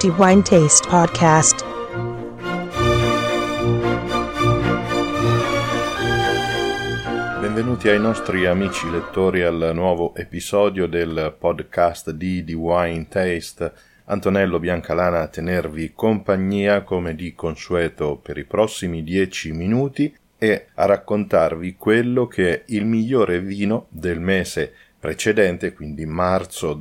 The Wine Taste Podcast. Benvenuti ai nostri amici lettori al nuovo episodio del podcast di The Wine Taste. Antonello Biancalana a tenervi compagnia come di consueto per i prossimi 10 minuti e a raccontarvi quello che è il migliore vino del mese precedente, quindi marzo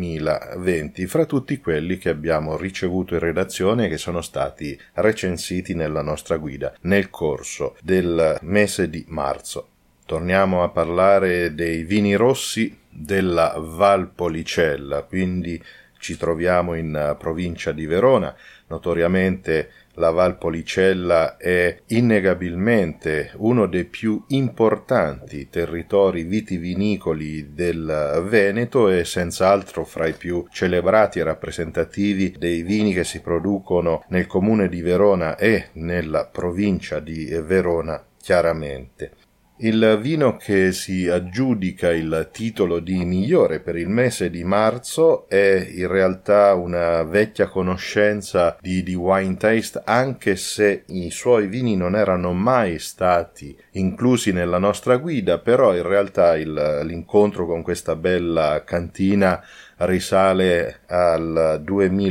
2020, fra tutti quelli che abbiamo ricevuto in redazione e che sono stati recensiti nella nostra guida nel corso del mese di marzo. Torniamo a parlare dei vini rossi della Valpolicella, quindi ci troviamo in provincia di Verona. Notoriamente la Valpolicella è innegabilmente uno dei più importanti territori vitivinicoli del Veneto e senz'altro fra i più celebrati e rappresentativi dei vini che si producono nel comune di Verona e nella provincia di Verona chiaramente. Il vino che si aggiudica il titolo di migliore per il mese di marzo è in realtà una vecchia conoscenza di The Wine Taste, anche se i suoi vini non erano mai stati inclusi nella nostra guida, però in realtà l'incontro con questa bella cantina risale al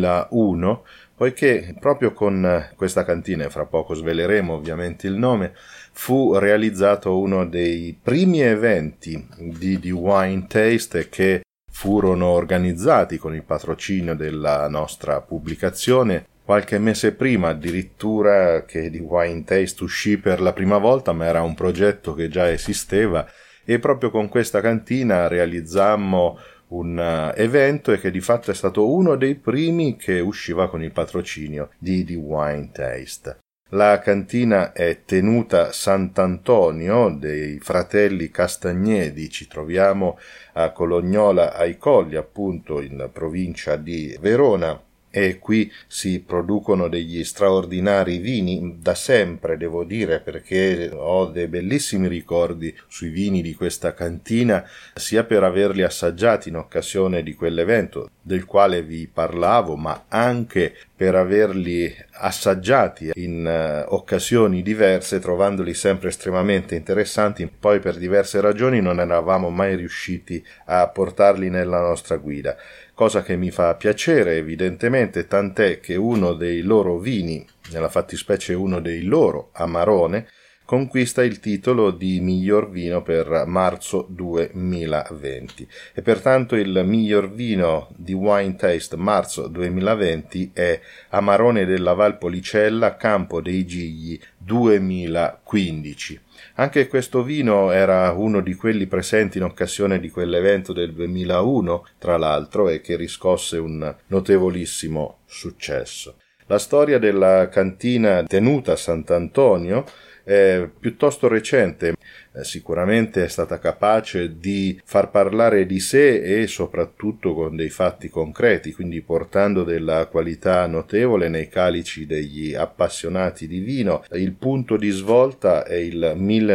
2001, poiché proprio con questa cantina, e fra poco sveleremo ovviamente il nome, fu realizzato uno dei primi eventi di The Wine Taste che furono organizzati con il patrocinio della nostra pubblicazione qualche mese prima addirittura che The Wine Taste uscì per la prima volta, ma era un progetto che già esisteva e proprio con questa cantina realizzammo un evento e che di fatto è stato uno dei primi che usciva con il patrocinio di The Wine Taste. La cantina è tenuta Sant'Antonio dei fratelli Castagnedi, ci troviamo a Colognola ai Colli, appunto in provincia di Verona, e qui si producono degli straordinari vini da sempre, devo dire, perché ho dei bellissimi ricordi sui vini di questa cantina, sia per averli assaggiati in occasione di quell'evento del quale vi parlavo, ma anche per averli assaggiati in occasioni diverse, trovandoli sempre estremamente interessanti. Poi per diverse ragioni non eravamo mai riusciti a portarli nella nostra guida, cosa che mi fa piacere evidentemente, tant'è che uno dei loro vini, nella fattispecie uno dei loro Amarone, conquista il titolo di miglior vino per marzo 2020 e pertanto il miglior vino di Wine Taste marzo 2020 è Amarone della Valpolicella Campo dei Gigli 2015. Anche questo vino era uno di quelli presenti in occasione di quell'evento del 2001, tra l'altro, e che riscosse un notevolissimo successo. La storia della cantina tenuta a Sant'Antonio è piuttosto recente, sicuramente è stata capace di far parlare di sé e soprattutto con dei fatti concreti, quindi portando della qualità notevole nei calici degli appassionati di vino. Il punto di svolta è il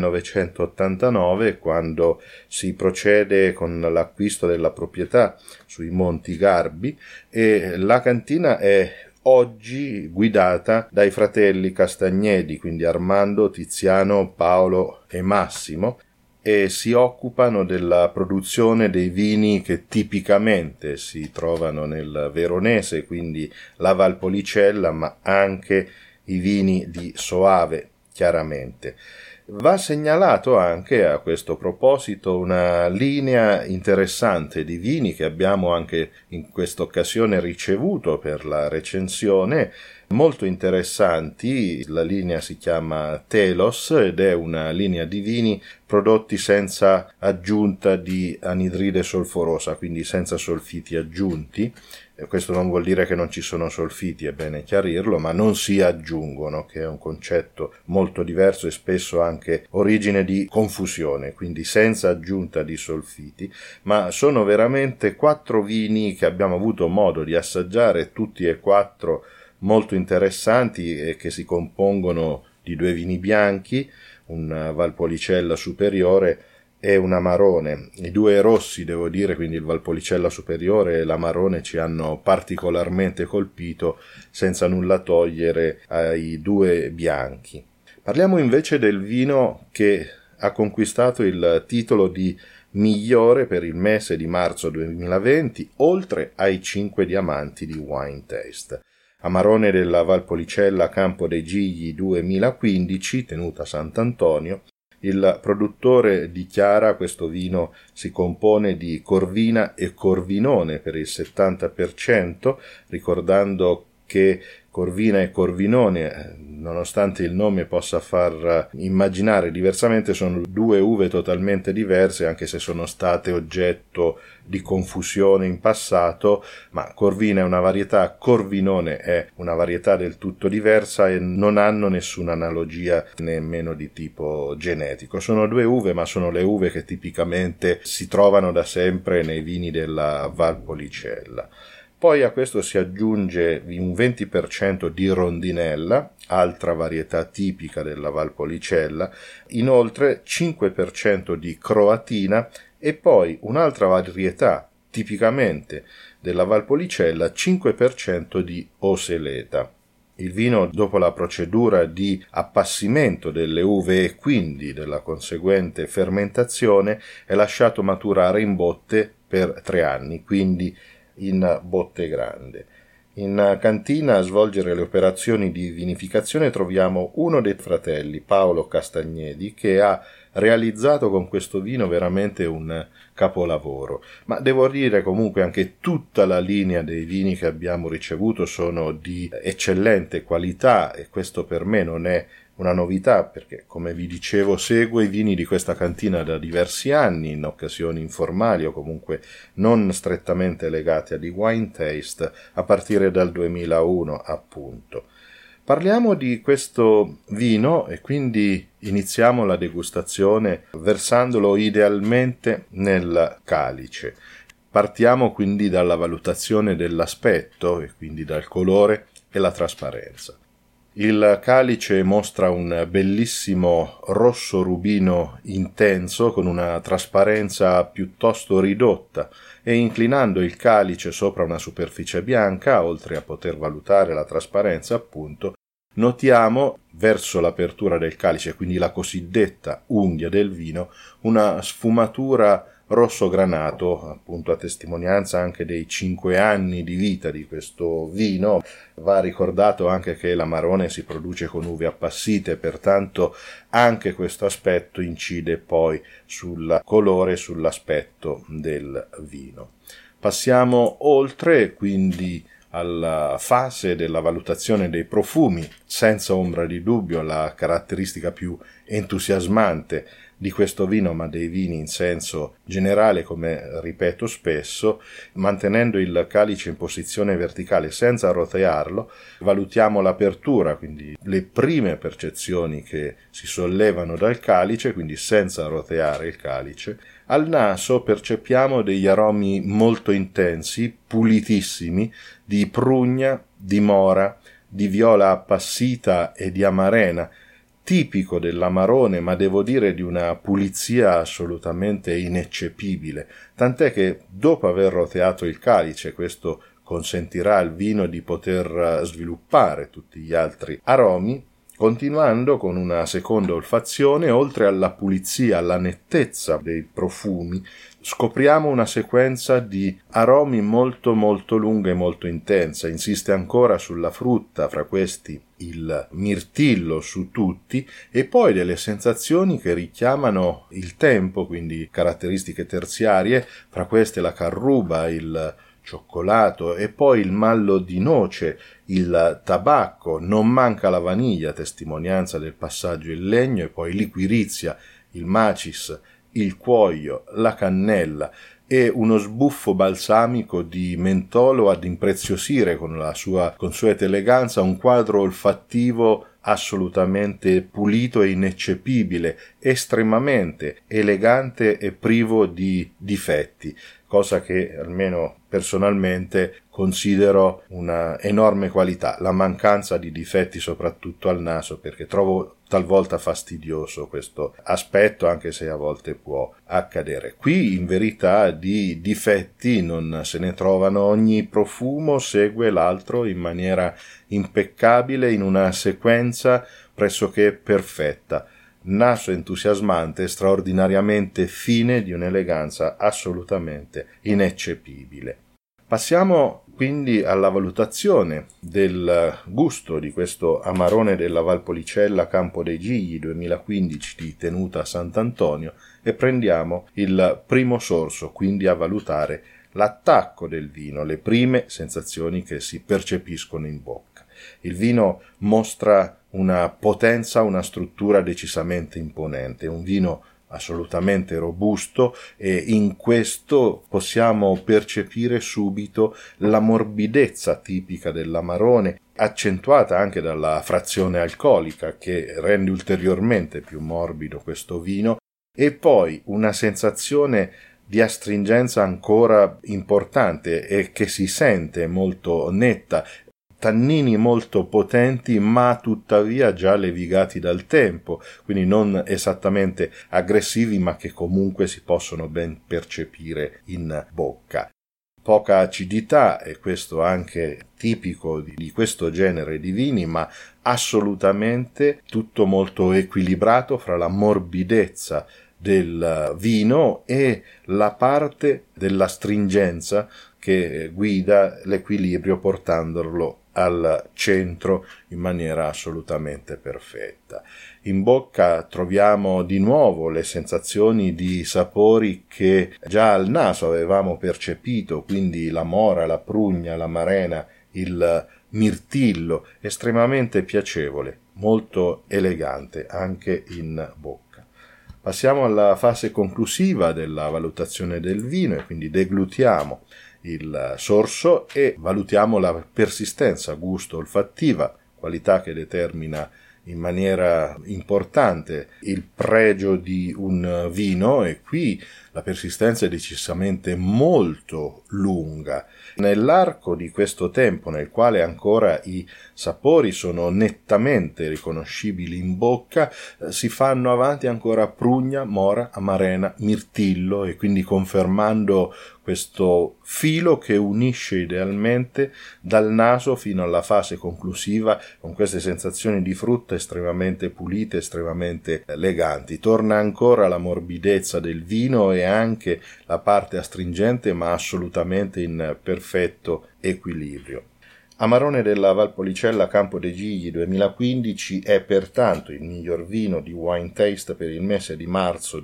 1989, quando si procede con l'acquisto della proprietà sui Monti Garbi e la cantina è oggi guidata dai fratelli Castagnedi, quindi Armando, Tiziano, Paolo e Massimo, e si occupano della produzione dei vini che tipicamente si trovano nel Veronese, quindi la Valpolicella, ma anche i vini di Soave, chiaramente. Va segnalato anche a questo proposito una linea interessante di vini che abbiamo anche in questa occasione ricevuto per la recensione, molto interessanti. La linea si chiama Telos ed è una linea di vini prodotti senza aggiunta di anidride solforosa, quindi senza solfiti aggiunti. Questo non vuol dire che non ci sono solfiti, è bene chiarirlo, ma non si aggiungono, che è un concetto molto diverso e spesso anche origine di confusione, quindi senza aggiunta di solfiti, ma sono veramente 4 vini che abbiamo avuto modo di assaggiare, tutti e 4 molto interessanti e che si compongono di 2 vini bianchi, un Valpolicella superiore e un Amarone. I due rossi, devo dire, quindi il Valpolicella Superiore e l'Amarone, ci hanno particolarmente colpito, senza nulla togliere ai due bianchi. Parliamo invece del vino che ha conquistato il titolo di migliore per il mese di marzo 2020, oltre ai 5 diamanti di Wine Taste. Amarone della Valpolicella Campo dei Gigli 2015, tenuta Sant'Antonio. Il produttore dichiara: questo vino si compone di Corvina e Corvinone per il 70%, ricordando che Corvina e Corvinone, nonostante il nome possa far immaginare diversamente, sono due uve totalmente diverse, anche se sono state oggetto di confusione in passato, ma Corvina è una varietà, Corvinone è una varietà del tutto diversa e non hanno nessuna analogia nemmeno di tipo genetico. Sono due uve, ma sono le uve che tipicamente si trovano da sempre nei vini della Valpolicella. Poi a questo si aggiunge un 20% di rondinella, altra varietà tipica della Valpolicella, inoltre 5% di croatina e poi un'altra varietà tipicamente della Valpolicella, 5% di oseleta. Il vino, dopo la procedura di appassimento delle uve e quindi della conseguente fermentazione, è lasciato maturare in botte per 3 anni, quindi in botte grande. In cantina a svolgere le operazioni di vinificazione troviamo uno dei fratelli, Paolo Castagnedi, che ha realizzato con questo vino veramente un capolavoro. Ma devo dire comunque anche tutta la linea dei vini che abbiamo ricevuto sono di eccellente qualità, e questo per me non è una novità, perché, come vi dicevo, seguo i vini di questa cantina da diversi anni, in occasioni informali o comunque non strettamente legate a The Wine Taste, a partire dal 2001 appunto. Parliamo di questo vino e quindi iniziamo la degustazione versandolo idealmente nel calice. Partiamo quindi dalla valutazione dell'aspetto e quindi dal colore e la trasparenza. Il calice mostra un bellissimo rosso rubino intenso con una trasparenza piuttosto ridotta, e inclinando il calice sopra una superficie bianca, oltre a poter valutare la trasparenza appunto, notiamo verso l'apertura del calice, quindi la cosiddetta unghia del vino, una sfumatura rosso granato, appunto a testimonianza anche dei 5 anni di vita di questo vino. Va ricordato anche che l'Amarone si produce con uve appassite, pertanto anche questo aspetto incide poi sul colore e sull'aspetto del vino. Passiamo oltre quindi alla fase della valutazione dei profumi. Senza ombra di dubbio la caratteristica più entusiasmante di questo vino, ma dei vini in senso generale, come ripeto spesso, mantenendo il calice in posizione verticale senza rotearlo, valutiamo l'apertura, quindi le prime percezioni che si sollevano dal calice, quindi senza roteare il calice. Al naso percepiamo degli aromi molto intensi, pulitissimi, di prugna, di mora, di viola appassita e di amarena, tipico dell'Amarone, ma devo dire di una pulizia assolutamente ineccepibile, tant'è che dopo aver roteato il calice, questo consentirà al vino di poter sviluppare tutti gli altri aromi, continuando con una seconda olfazione, oltre alla pulizia, alla nettezza dei profumi, scopriamo una sequenza di aromi molto molto lunga e molto intensa. Insiste ancora sulla frutta, fra questi il mirtillo su tutti, e poi delle sensazioni che richiamano il tempo, quindi caratteristiche terziarie, fra queste la carruba, il cioccolato e poi il mallo di noce, il tabacco, non manca la vaniglia, testimonianza del passaggio in legno, e poi liquirizia, il macis, il cuoio, la cannella e uno sbuffo balsamico di mentolo ad impreziosire con la sua consueta eleganza un quadro olfattivo assolutamente pulito e ineccepibile, estremamente elegante e privo di difetti, cosa che almeno personalmente considero una enorme qualità, la mancanza di difetti soprattutto al naso, perché trovo talvolta fastidioso questo aspetto, anche se a volte può accadere. Qui in verità di difetti non se ne trovano, ogni profumo segue l'altro in maniera impeccabile, in una sequenza pressoché perfetta. Naso entusiasmante, straordinariamente fine, di un'eleganza assolutamente ineccepibile. Passiamo quindi alla valutazione del gusto di questo Amarone della Valpolicella Campo dei Gigli 2015 di tenuta Sant'Antonio e prendiamo il primo sorso, quindi a valutare l'attacco del vino, le prime sensazioni che si percepiscono in bocca. Il vino mostra una potenza, una struttura decisamente imponente, un vino assolutamente robusto, e in questo possiamo percepire subito la morbidezza tipica dell'Amarone, accentuata anche dalla frazione alcolica che rende ulteriormente più morbido questo vino, e poi una sensazione di astringenza ancora importante e che si sente molto netta, tannini molto potenti ma tuttavia già levigati dal tempo, quindi non esattamente aggressivi ma che comunque si possono ben percepire in bocca. Poca acidità, e questo anche tipico di questo genere di vini, ma assolutamente tutto molto equilibrato fra la morbidezza del vino e la parte della stringenza che guida l'equilibrio portandolo al centro in maniera assolutamente perfetta. In bocca troviamo di nuovo le sensazioni di sapori che già al naso avevamo percepito, quindi la mora, la prugna, l'amarena, il mirtillo, estremamente piacevole, molto elegante anche in bocca. Passiamo alla fase conclusiva della valutazione del vino e quindi deglutiamo il sorso e valutiamo la persistenza gusto-olfattiva, qualità che determina in maniera importante il pregio di un vino, e qui la persistenza è decisamente molto lunga. Nell'arco di questo tempo, nel quale ancora i sapori sono nettamente riconoscibili in bocca, si fanno avanti ancora prugna, mora, amarena, mirtillo, e quindi confermando questo filo che unisce idealmente dal naso fino alla fase conclusiva, con queste sensazioni di frutta estremamente pulite, estremamente eleganti. Torna ancora la morbidezza del vino e anche la parte astringente, ma assolutamente in perfetto equilibrio. Amarone della Valpolicella Campo dei Gigli 2015 è pertanto il miglior vino di Wine Taste per il mese di marzo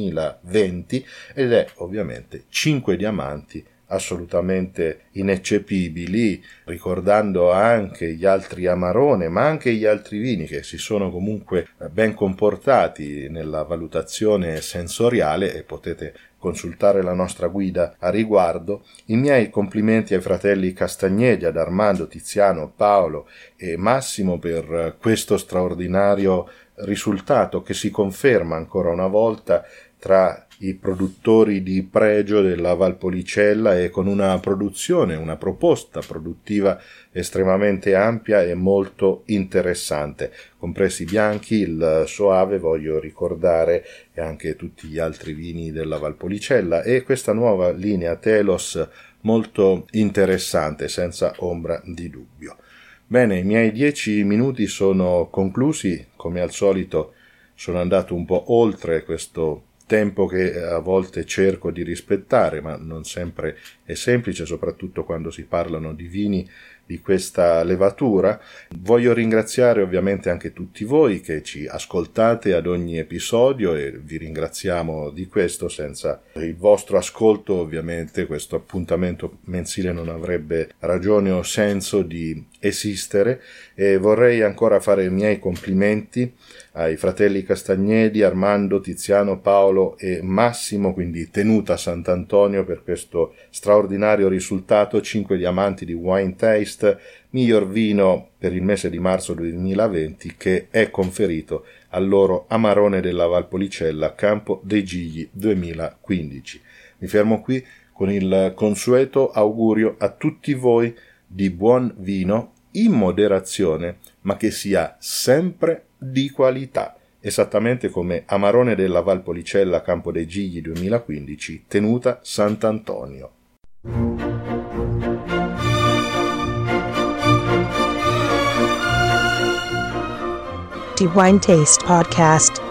2020 ed è ovviamente 5 diamanti assolutamente ineccepibili, ricordando anche gli altri Amarone, ma anche gli altri vini che si sono comunque ben comportati nella valutazione sensoriale, e potete consultare la nostra guida a riguardo. I miei complimenti ai fratelli Castagnedi, ad Armando, Tiziano, Paolo e Massimo per questo straordinario risultato che si conferma ancora una volta tra i produttori di pregio della Valpolicella, e con una produzione, una proposta produttiva estremamente ampia e molto interessante, compresi i bianchi, il Soave, voglio ricordare, e anche tutti gli altri vini della Valpolicella, e questa nuova linea Telos molto interessante, senza ombra di dubbio. Bene, i miei 10 minuti sono conclusi, come al solito sono andato un po' oltre questo tempo che a volte cerco di rispettare, ma non sempre è semplice, soprattutto quando si parlano di vini di questa levatura. Voglio ringraziare ovviamente anche tutti voi che ci ascoltate ad ogni episodio, e vi ringraziamo di questo. Senza il vostro ascolto ovviamente questo appuntamento mensile non avrebbe ragione o senso di esistere, e vorrei ancora fare i miei complimenti ai fratelli Castagnedi, Armando, Tiziano, Paolo e Massimo, quindi tenuta Sant'Antonio, per questo straordinario risultato, 5 diamanti di Wine Taste, miglior vino per il mese di marzo 2020, che è conferito al loro Amarone della Valpolicella Campo dei Gigli 2015. Mi fermo qui con il consueto augurio a tutti voi di buon vino in moderazione, ma che sia sempre di qualità, esattamente come Amarone della Valpolicella Campo dei Gigli 2015, tenuta Sant'Antonio. The Wine Taste Podcast.